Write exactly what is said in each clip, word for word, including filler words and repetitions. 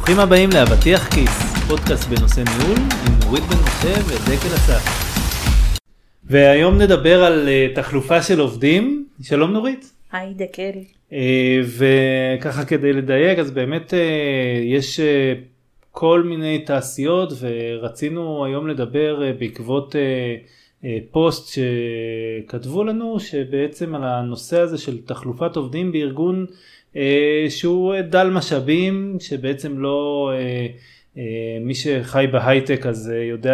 ברוכים הבאים לאבטיח כיס, פודקאסט בנושא ניהול עם נורית בן משה ודקל אסף. והיום נדבר על תחלופה של עובדים. שלום נורית. היי דקל. וככה כדי לדייק, אז באמת יש כל מיני תעשיות, ורצינו היום לדבר בעקבות פוסט שכתבו לנו שבעצם על הנושא הזה של תחלופת עובדים בארגון שהוא דל משאבים, שבעצם לא, מי שחי בהייטק אז יודע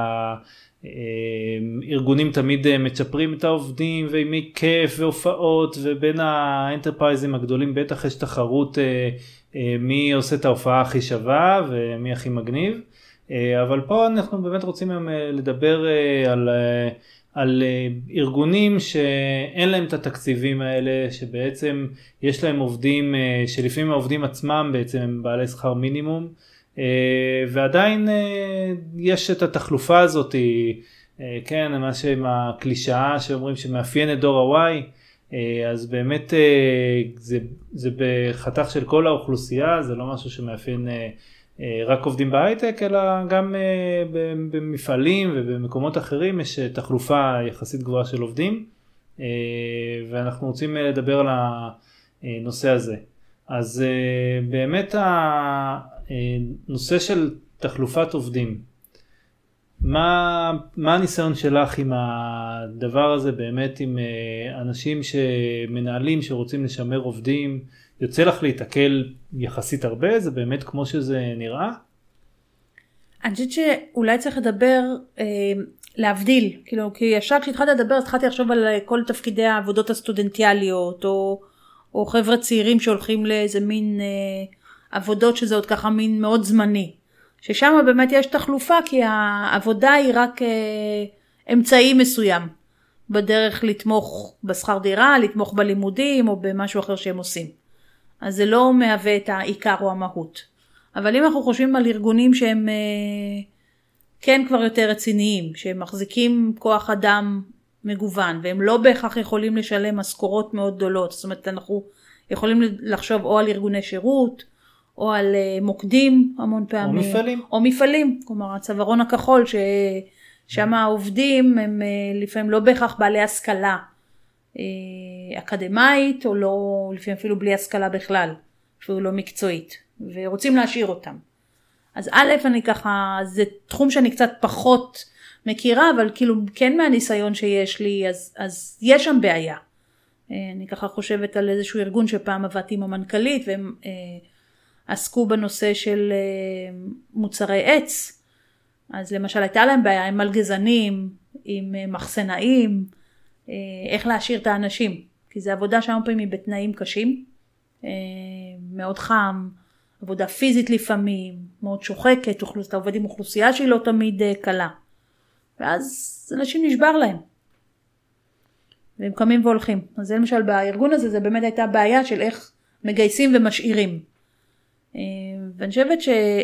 שהארגונים תמיד מצ'פרים את העובדים וימי כיף והופעות, ובין האנטרפרייזים הגדולים בטח יש תחרות מי עושה את ההופעה הכי שווה ומי הכי מגניב. אבל פה אנחנו באמת רוצים לדבר על על ארגונים שאין להם את התקציבים האלה, שבעצם יש להם עובדים שלפעמים העובדים עצמם בעצם הם בעלי שכר מינימום, ועדיין יש את התחלופה הזאת, כן, מה שהם הקלישאה שאומרים שמאפיין את דור ה-Y, אז באמת זה, זה בחתך של כל האוכלוסייה, זה לא משהו שמאפיין רק עובדים בהייטק, אלא גם במפעלים ובמקומות אחרים יש תחלופה יחסית גבוהה של עובדים, ואנחנו רוצים לדבר על הנושא הזה. אז באמת הנושא של תחלופת עובדים, מה, מה הניסיון שלך עם הדבר הזה, באמת עם אנשים שמנהלים שרוצים לשמר עובדים? יוצא לך להתעכל יחסית הרבה? זה באמת כמו שזה נראה? אני חושבת שאולי צריך לדבר, אה, להבדיל, כאילו, כי ישר כשהתחלתי לדבר, אז התחלתי לחשוב על כל תפקידי העבודות הסטודנטיאליות, או, או חבר'ה צעירים שהולכים לאיזה מין אה, עבודות שזה עוד ככה מין מאוד זמני, ששם באמת יש תחלופה, כי העבודה היא רק אה, אמצעי מסוים, בדרך לתמוך בשכר דירה, לתמוך בלימודים, או במשהו אחר שהם עושים. אז זה לא מהווה את העיקר או המהות. אבל אם אנחנו חושבים על ארגונים שהם כן כבר יותר רציניים, שהם מחזיקים כוח אדם מגוון, והם לא בהכרח יכולים לשלם משכורות מאוד גדולות, זאת אומרת אנחנו יכולים לחשוב או על ארגוני שירות, או על מוקדים המון פעמים. או מפעלים. או מפעלים, כלומר הצווארון הכחול, ששם העובדים הם לפעמים לא בהכרח בעלי השכלה, אקדמאית, או לא, לפעמים אפילו בלי השכלה בכלל, אפילו לא מקצועית, ורוצים להשאיר אותם. אז א', אני ככה, זה תחום שאני קצת פחות מכירה, אבל כאילו כן מהניסיון שיש לי, אז, אז יש שם בעיה. אני ככה חושבת על איזשהו ארגון שפעם עבדתי עם המנכ"לית, והם אה, עסקו בנושא של אה, מוצרי עץ. אז למשל הייתה להם בעיה עם מלגזנים, עם אה, מחסנאים, איך להשאיר את האנשים, כי זה עבודה שהיום פעמים היא בתנאים קשים, מאוד חם, עבודה פיזית לפעמים, מאוד שוחקת, אתה עובד עם אוכלוסייה שהיא לא תמיד קלה, ואז אנשים נשבר להם, והם קמים והולכים. אז זה למשל בארגון הזה, זה באמת הייתה בעיה של איך מגייסים ומשאירים. ואני חושבת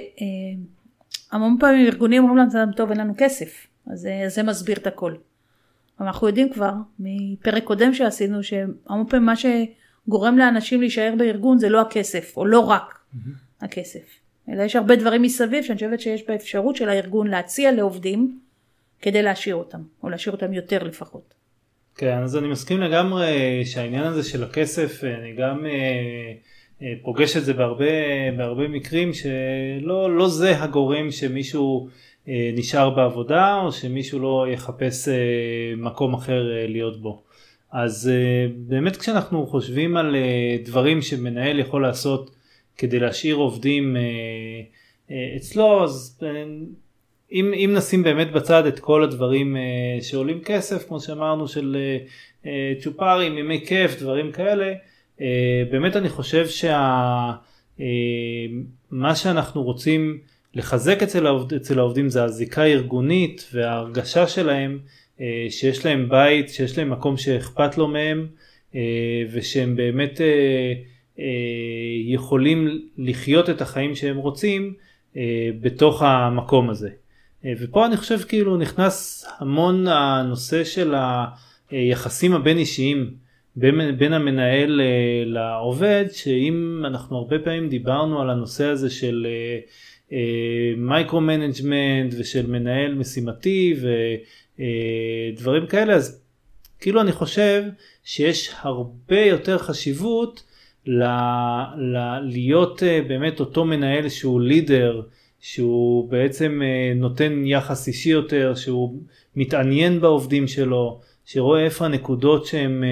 שהמון פעמים ארגונים אומרים להם, טוב, אין לנו כסף, אז זה מסביר את הכל. אנחנו יודעים כבר מפרק קודם שעשינו שהמון פעמים מה שגורם לאנשים להישאר בארגון זה לא הכסף, או לא רק mm-hmm. הכסף, אלא יש הרבה דברים מסביב שאני חושבת שיש באפשרות של הארגון להציע לעובדים כדי להשאיר אותם, או להשאיר אותם יותר לפחות. כן, אז אני מסכים לגמרי שהעניין הזה של הכסף, אני גם פוגש את זה בהרבה, בהרבה מקרים, שלא לא זה הגורם שמישהו נשאר בעבודה, או שמישהו לא יחפש מקום אחר להיות בו. אז באמת כשאנחנו חושבים על דברים שמנהל יכול לעשות כדי להשאיר עובדים אצלו, אז אם, אם נשים באמת בצד את כל הדברים שעולים כסף, כמו שאמרנו, של צ'ופרים, ימי כיף, דברים כאלה, באמת אני חושב שמה שאנחנו רוצים לחזק אצל, העובד, אצל העובדים זה הזיקה הארגונית וההרגשה שלהם שיש להם בית, שיש להם מקום שאכפת לו מהם, ושהם באמת יכולים לחיות את החיים שהם רוצים בתוך המקום הזה. ופה אני חושב כאילו נכנס המון הנושא של היחסים הבין אישיים בין, בין המנהל לעובד, שאם אנחנו הרבה פעמים דיברנו על הנושא הזה של מייקרו-מנג'מנט ושל מנהל משימתי ודברים כאלה, אז כאילו אני חושב שיש הרבה יותר חשיבות ל, ל, להיות באמת אותו מנהל שהוא לידר, שהוא בעצם נותן יחס אישי יותר, שהוא מתעניין בעובדים שלו, שרואה איפה הנקודות שהם,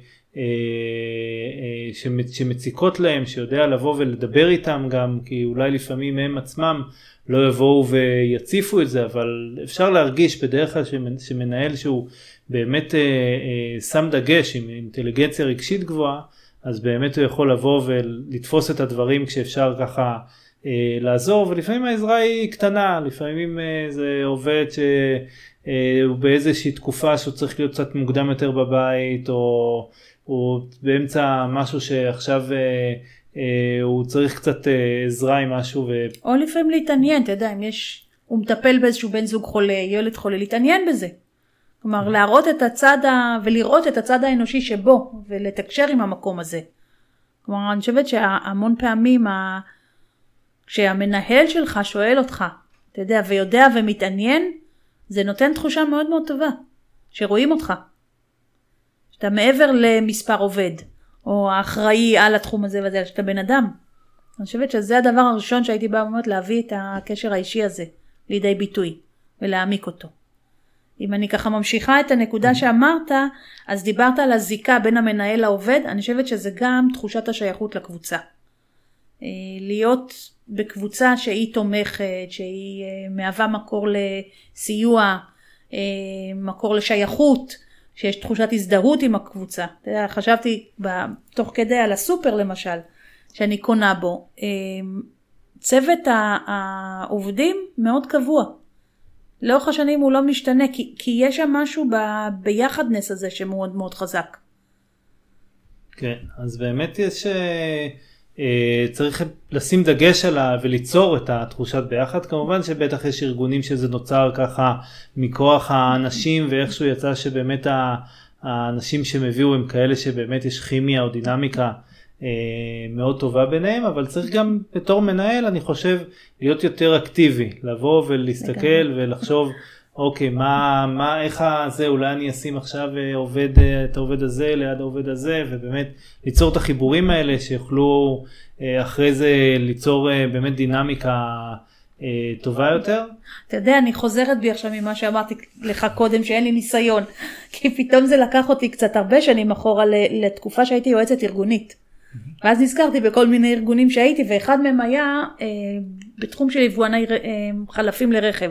שמציקות להם, שיודע לבוא ולדבר איתם גם, כי אולי לפעמים הם עצמם לא יבואו ויציפו את זה, אבל אפשר להרגיש בדרך כלל שמנהל שהוא באמת שם דגש עם אינטליגנציה רגשית גבוהה, אז באמת הוא יכול לבוא ולתפוס את הדברים כשאפשר ככה לעזור, ולפעמים העזרה היא קטנה, לפעמים זה עובד שהוא באיזושהי תקופה שהוא צריך להיות קצת מוקדם יותר בבית, או הוא באמצע משהו שעכשיו הוא צריך קצת עזרה עם משהו. ו... או לפעמים להתעניין, אתה יודע, אם יש, הוא מטפל באיזשהו בן זוג חולה, ילד חולה, להתעניין בזה. כלומר, להראות את הצד ה... ולראות את הצד האנושי שבו, ולתקשר עם המקום הזה. כלומר, אני חושבת שהמון פעמים, ה... כשהמנהל שלך שואל אותך, אתה יודע, ויודע ומתעניין, זה נותן תחושה מאוד מאוד טובה, שרואים אותך. שאתה מעבר למספר עובד, או האחראי על התחום הזה וזה, שאתה בן אדם. אני חושבת שזה הדבר הראשון שהייתי באה באמת להביא את הקשר האישי הזה, לידי ביטוי, ולהעמיק אותו. אם אני ככה ממשיכה את הנקודה שאמרת, אז דיברת על הזיקה בין המנהל לעובד, אני חושבת שזה גם תחושת השייכות לקבוצה. להיות בקבוצה שהיא תומכת, שהיא מהווה מקור לסיוע, מקור לשייכות, שיש תחושת הזדהות עם הקבוצה. אתה יודע, חשבתי תוך כדי על הסופר למשל, שאני קונה בו. צוות העובדים מאוד קבוע. לאורך השנים הוא לא משתנה, כי, כי יש שם משהו ב, ביחדנס הזה שמאוד מאוד חזק. כן, אז באמת יש, אה, צריך לשים דגש עליו וליצור את התחושת ביחד. כמובן שבטח יש ארגונים שזה נוצר ככה מכוח האנשים, ואיכשהו יצא שבאמת האנשים שמביאו הם כאלה שבאמת יש כימיה או דינמיקה מאוד טובה ביניהם, אבל צריך גם בתור מנהל, אני חושב, להיות יותר אקטיבי, לבוא ולהסתכל ולחשוב, אוקיי, מה, מה, איך זה, אולי אני אשים עכשיו עובד, את העובד הזה ליד העובד הזה, ובאמת ליצור את החיבורים האלה, שיוכלו אחרי זה ליצור באמת דינמיקה טובה יותר. אתה יודע, אני חוזרת בי עכשיו ממה שאמרתי לך קודם, שאין לי ניסיון, כי פתאום זה לקח אותי קצת הרבה שנים אחורה לתקופה שהייתי יועצת ארגונית. ואז נזכרתי בכל מיני ארגונים שהייתי, ואחד מהם היה אה, בתחום של יבואני אה, חלפים לרכב.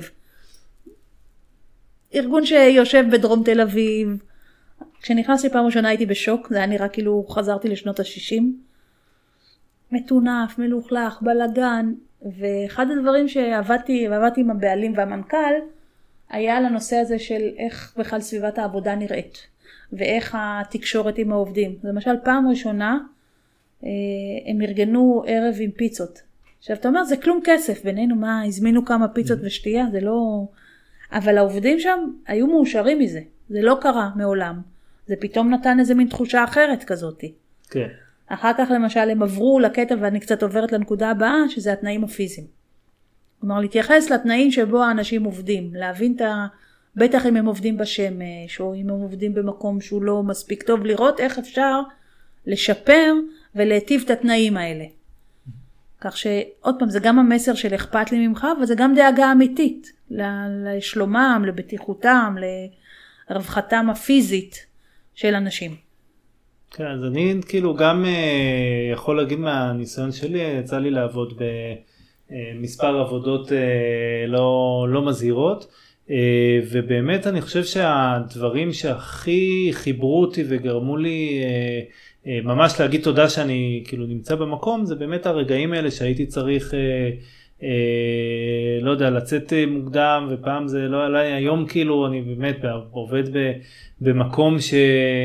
ארגון שיושב בדרום תל אביב. כשנכנסתי פעם ראשונה הייתי בשוק, זה היה נראה כאילו חזרתי לשנות ה-שישים. מטונף, מלוכלך, בלגן, ואחד הדברים שעבדתי, ועבדתי עם הבעלים והמנכ"ל, היה על הנושא הזה של איך בכלל סביבת העבודה נראית, ואיך התקשורת עם העובדים. למשל, פעם ראשונה, הם ארגנו ערב עם פיצות. עכשיו, אתה אומר, זה כלום כסף, בינינו מה, הזמינו כמה פיצות ושתייה, זה לא... אבל העובדים שם היו מאושרים מזה, זה לא קרה מעולם. זה פתאום נתן איזה מין תחושה אחרת כזאת. כן. אחר כך למשל הם עברו לקטע, ואני קצת עוברת לנקודה הבאה, שזה התנאים הפיזיים. כלומר, להתייחס לתנאים שבו האנשים עובדים, להבין את ה... בטח אם הם עובדים בשמש, או אם הם עובדים במקום שהוא לא מספיק טוב, לראות איך אפשר לשפר ולהטיב את התנאים האלה. כך שעוד פעם, זה גם המסר של אכפת לי ממך, וזה גם דאגה אמיתית, לשלומם, לבטיחותם, לרווחתם הפיזית של אנשים. כן, אז אני כאילו גם uh, יכול להגיד מהניסיון שלי, יצא לי לעבוד במספר עבודות uh, לא, לא מזהירות, uh, ובאמת אני חושב שהדברים שהכי חיברו אותי וגרמו לי uh, uh, ממש להגיד תודה שאני כאילו נמצא במקום, זה באמת הרגעים האלה שהייתי צריך, uh, uh, לא יודע, לצאת מוקדם, ופעם זה לא עליי, היום כאילו אני באמת עובד ב, במקום ש...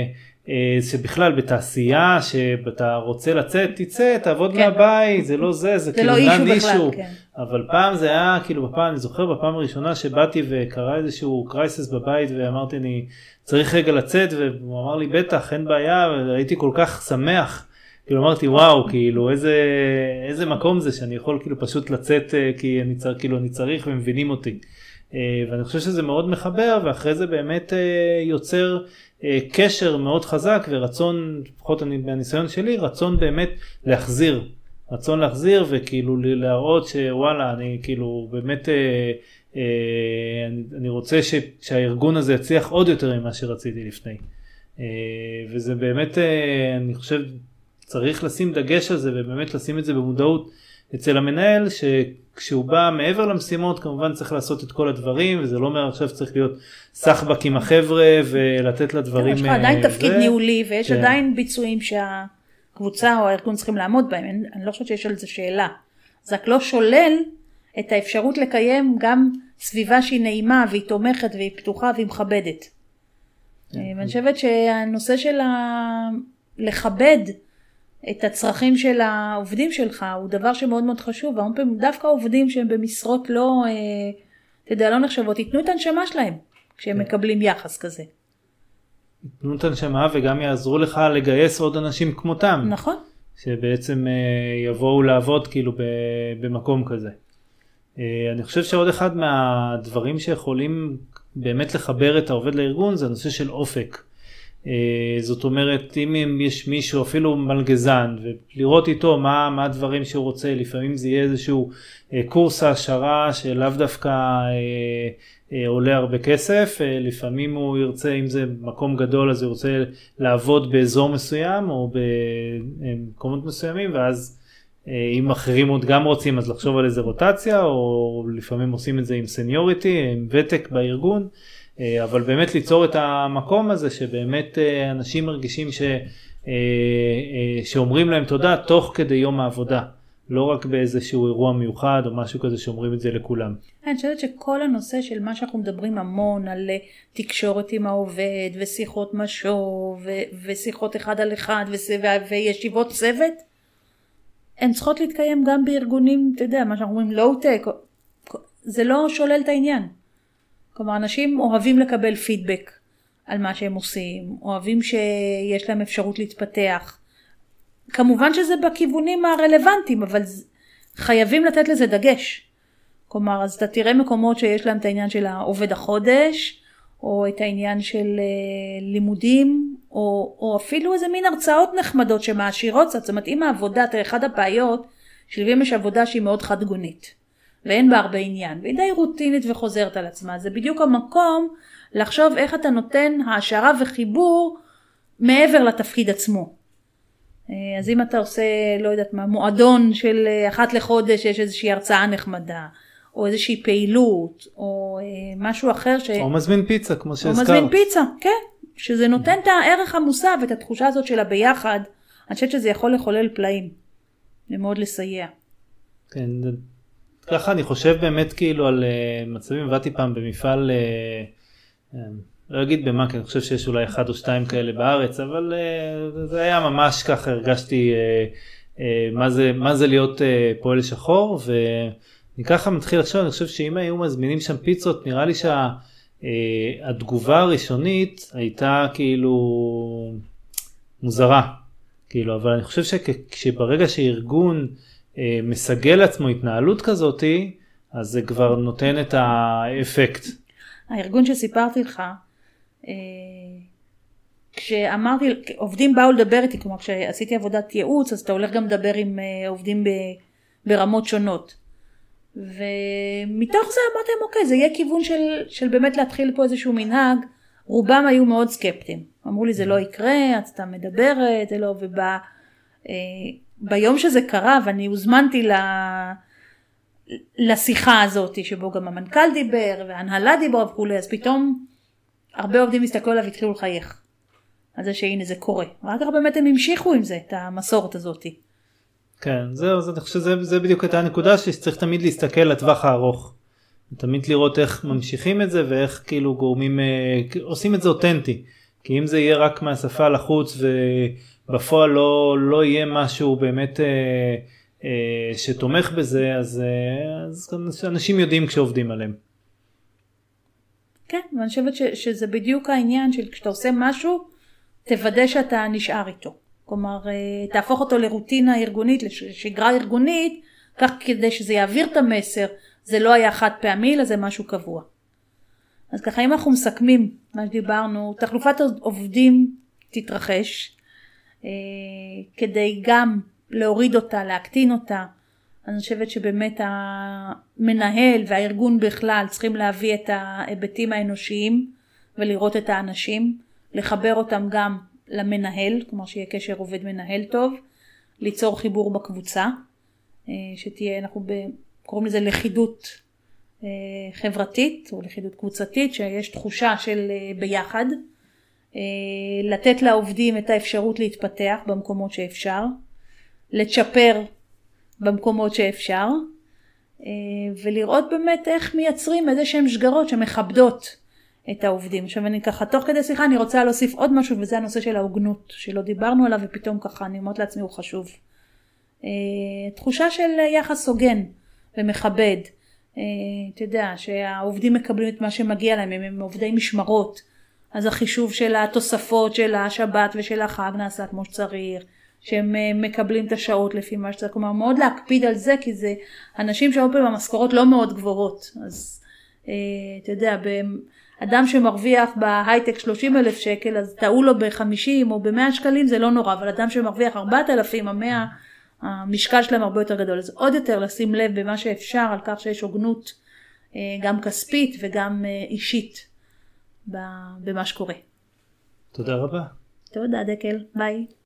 שבכלל בתעשייה, שאתה רוצה לצאת, תצא, תעבוד כן. מהבית, זה לא זה, זה, זה כאילו לא אישו בכלל, כן. אבל פעם זה היה, כאילו בפעם, אני זוכר בפעם הראשונה שבאתי וקרה איזשהו קרייסס בבית, ואמרתי, אני צריך רגע לצאת, והוא אמר לי, בטח, אין בעיה, והייתי כל כך שמח, כאילו אמרתי, וואו, כאילו, איזה, איזה מקום זה, שאני יכול כאילו פשוט לצאת, כי אני צריך, כאילו, אני צריך, ומבינים אותי. ואני חושב שזה מאוד מחבר, ואחרי זה באמת יוצר קשר מאוד חזק, ורצון, לפחות אני, מהניסיון שלי, רצון באמת להחזיר, רצון להחזיר, וכאילו להראות שוואלה, אני כאילו באמת, אני, אני רוצה ש, שהארגון הזה יצליח עוד יותר ממה שרציתי לפני. וזה באמת, אני חושב, צריך לשים דגש על זה, ובאמת לשים את זה במודעות אצל המנהל, שכשהוא בא מעבר למשימות, כמובן צריך לעשות את כל הדברים, וזה לא אומר עכשיו צריך להיות סחבק עם החבר'ה, ולתת לדברים... יש לך עדיין תפקיד ניהולי, ויש עדיין ביצועים שהקבוצה או הארגון צריכים לעמוד בהם, אני לא חושבת שיש על זה שאלה. זה רק לא שולל את האפשרות לקיים גם סביבה שהיא נעימה, והיא תומכת, והיא פתוחה, והיא מכבדת. ואני חושבת שהנושא של לכבד את הצרכים של העובדים שלך, הוא דבר שמאוד מאוד חשוב, והרבה פעמים דווקא עובדים שהם במשרות לא, אה, אתה יודע, לא נחשבות, ייתנו את הנשמה שלהם, כשהם מקבלים יחס כזה. ייתנו את הנשמה וגם יעזרו לך לגייס עוד אנשים כמותם. נכון. שבעצם אה, יבואו לעבוד כאילו במקום כזה. אה, אני חושב שעוד אחד מהדברים שיכולים באמת לחבר את העובד לארגון, זה הנושא של אופק. זאת אומרת, אם יש מישהו אפילו מלגזן, ולראות איתו מה, מה הדברים שהוא רוצה, לפעמים זה יהיה איזשהו קורס העשרה שלאו דווקא עולה הרבה כסף, לפעמים הוא ירצה, אם זה מקום גדול, אז הוא ירצה לעבוד באזור מסוים, או במקומות מסוימים, ואז אם אחרים עוד גם רוצים, אז לחשוב על איזה רוטציה, או לפעמים עושים את זה עם סניוריטי, עם ותק בארגון, אבל באמת ליצור את המקום הזה שבאמת אנשים מרגישים ש, שאומרים להם תודה תוך כדי יום העבודה, לא רק באיזשהו אירוע מיוחד או משהו כזה שאומרים את זה לכולם. אני חושבת שכל הנושא של מה שאנחנו מדברים המון על תקשורת עם העובד ושיחות משוב ושיחות אחד על אחד וישיבות צוות, הן צריכות להתקיים גם בארגונים, אתה יודע, מה שאנחנו אומרים לואו-טק, זה לא שולל את העניין. כלומר, אנשים אוהבים לקבל פידבק על מה שהם עושים, אוהבים שיש להם אפשרות להתפתח. כמובן שזה בכיוונים הרלוונטיים, אבל חייבים לתת לזה דגש. כלומר, אז אתה תראה מקומות שיש להם את העניין של העובד החודש, או את העניין של לימודים, או, או אפילו איזה מין הרצאות נחמדות שמעשירות. זאת אומרת, אם העבודה, אחד הבעיות, שלבים יש עבודה שהיא מאוד חד גונית. ואין בה הרבה עניין, והיא די רוטינית וחוזרת על עצמה. זה בדיוק המקום לחשוב איך אתה נותן העשרה וחיבור מעבר לתפקיד עצמו. אז אם אתה עושה, לא יודעת מה, מועדון של אחת לחודש, יש איזושהי הרצאה נחמדה, או איזושהי פעילות, או משהו אחר ש... או מזמין פיצה, כמו שהזכרת. או מזמין פיצה, כן. שזה נותן את הערך המוסף ואת התחושה הזאת שלה ביחד. אני חושבת שזה יכול לחולל פלאים. זה מאוד לסייע. כן, ככה אני חושב באמת כאילו על uh, מצבים, עבדתי פעם במפעל, uh, uh, לא אגיד במה, כי אני חושב שיש אולי אחד או שתיים כאלה בארץ, אבל uh, זה היה ממש ככה, הרגשתי uh, uh, מה, זה, מה זה להיות uh, פועל שחור, ואני ככה מתחיל עכשיו, אני חושב שאם היו מזמינים שם פיצות, נראה לי שהתגובה uh, הראשונית הייתה כאילו מוזרה, כאילו, אבל אני חושב שברגע שארגון מסגל עצמו התנהלות כזאת, אז זה כבר נותן את האפקט. הארגון שסיפרתי לך, כשאמרתי, עובדים באו לדבר איתי, כלומר כשעשיתי עבודת ייעוץ, אז אתה הולך גם לדבר עם עובדים ברמות שונות. ומתוך זה אמרתי להם, אוקיי, זה יהיה כיוון של, של באמת להתחיל פה איזשהו מנהג. רובם היו מאוד סקפטיים. אמרו לי, זה לא יקרה, את סתם מדברת, זה לא, ובא... ביום שזה קרה, ואני הוזמנתי לשיחה הזאת, שבו גם המנכ"ל דיבר, והנהלה דיבר וכו', אז פתאום הרבה עובדים הסתכלו עליו והתחילו לחייך. אז זה שהנה זה קורה. רק כך באמת הם המשיכו עם זה, את המסורת הזאת. כן, זהו, זה, אני חושב שזה זה בדיוק הייתה הנקודה, שצריך תמיד להסתכל לטווח הארוך. תמיד לראות איך ממשיכים את זה, ואיך כאילו גורמים, עושים את זה אותנטי. כי אם זה יהיה רק מהשפה לחוץ ובפועל לא, לא יהיה משהו באמת אה, אה, שתומך בזה, אז, אה, אז אנשים יודעים כשעובדים עליהם. כן, ואני חושבת ש, שזה בדיוק העניין של כשאתה עושה משהו, תוודא שאתה נשאר איתו. כלומר, תהפוך אותו לרוטינה ארגונית, לשגרה ארגונית, כך כדי שזה יעביר את המסר, זה לא היה חד פעמי, אלא זה משהו קבוע. אז ככה, אם אנחנו מסכמים מה שדיברנו, תחלופת עובדים תתרחש, כדי גם להוריד אותה, להקטין אותה. אני חושבת שבאמת המנהל והארגון בכלל צריכים להביא את ההיבטים האנושיים, ולראות את האנשים, לחבר אותם גם למנהל, כלומר שיהיה קשר עובד מנהל טוב, ליצור חיבור בקבוצה, שתהיה, אנחנו קוראים לזה לכידות חברתית או לכידות קבוצתית, שיש תחושה של ביחד, לתת לעובדים את האפשרות להתפתח במקומות שאפשר, לצ'פר במקומות שאפשר, ולראות באמת איך מייצרים איזה שהם שגרות שמכבדות את העובדים. עכשיו אני ככה, תוך כדי שיחה אני רוצה להוסיף עוד משהו, וזה הנושא של ההוגנות, שלא דיברנו עליו ופתאום ככה אני אומרת לעצמי הוא חשוב. תחושה של יחס הוגן ומכבד. אתה יודע, שהעובדים מקבלים את מה שמגיע להם, הם עובדי משמרות, אז החישוב של התוספות של השבת ושל החג נעשה כמו שצריך, שהם מקבלים את השעות לפי מה שצריך, כלומר מאוד להקפיד על זה, כי זה אנשים שהרבה פעמים המשכורות לא מאוד גבוהות, אז אתה יודע, אדם שמרוויח בהייטק שלושים אלף שקל, אז טעו לו ב-חמישים או ב-מאה שקלים, זה לא נורא, אבל אדם שמרוויח ארבעת אלפים, המאה, המשקל שלהם הרבה יותר גדול, אז עוד יותר לשים לב במה שאפשר, על כך שיש הוגנות גם כספית וגם אישית במה שקורה. תודה רבה. תודה דקל, ביי.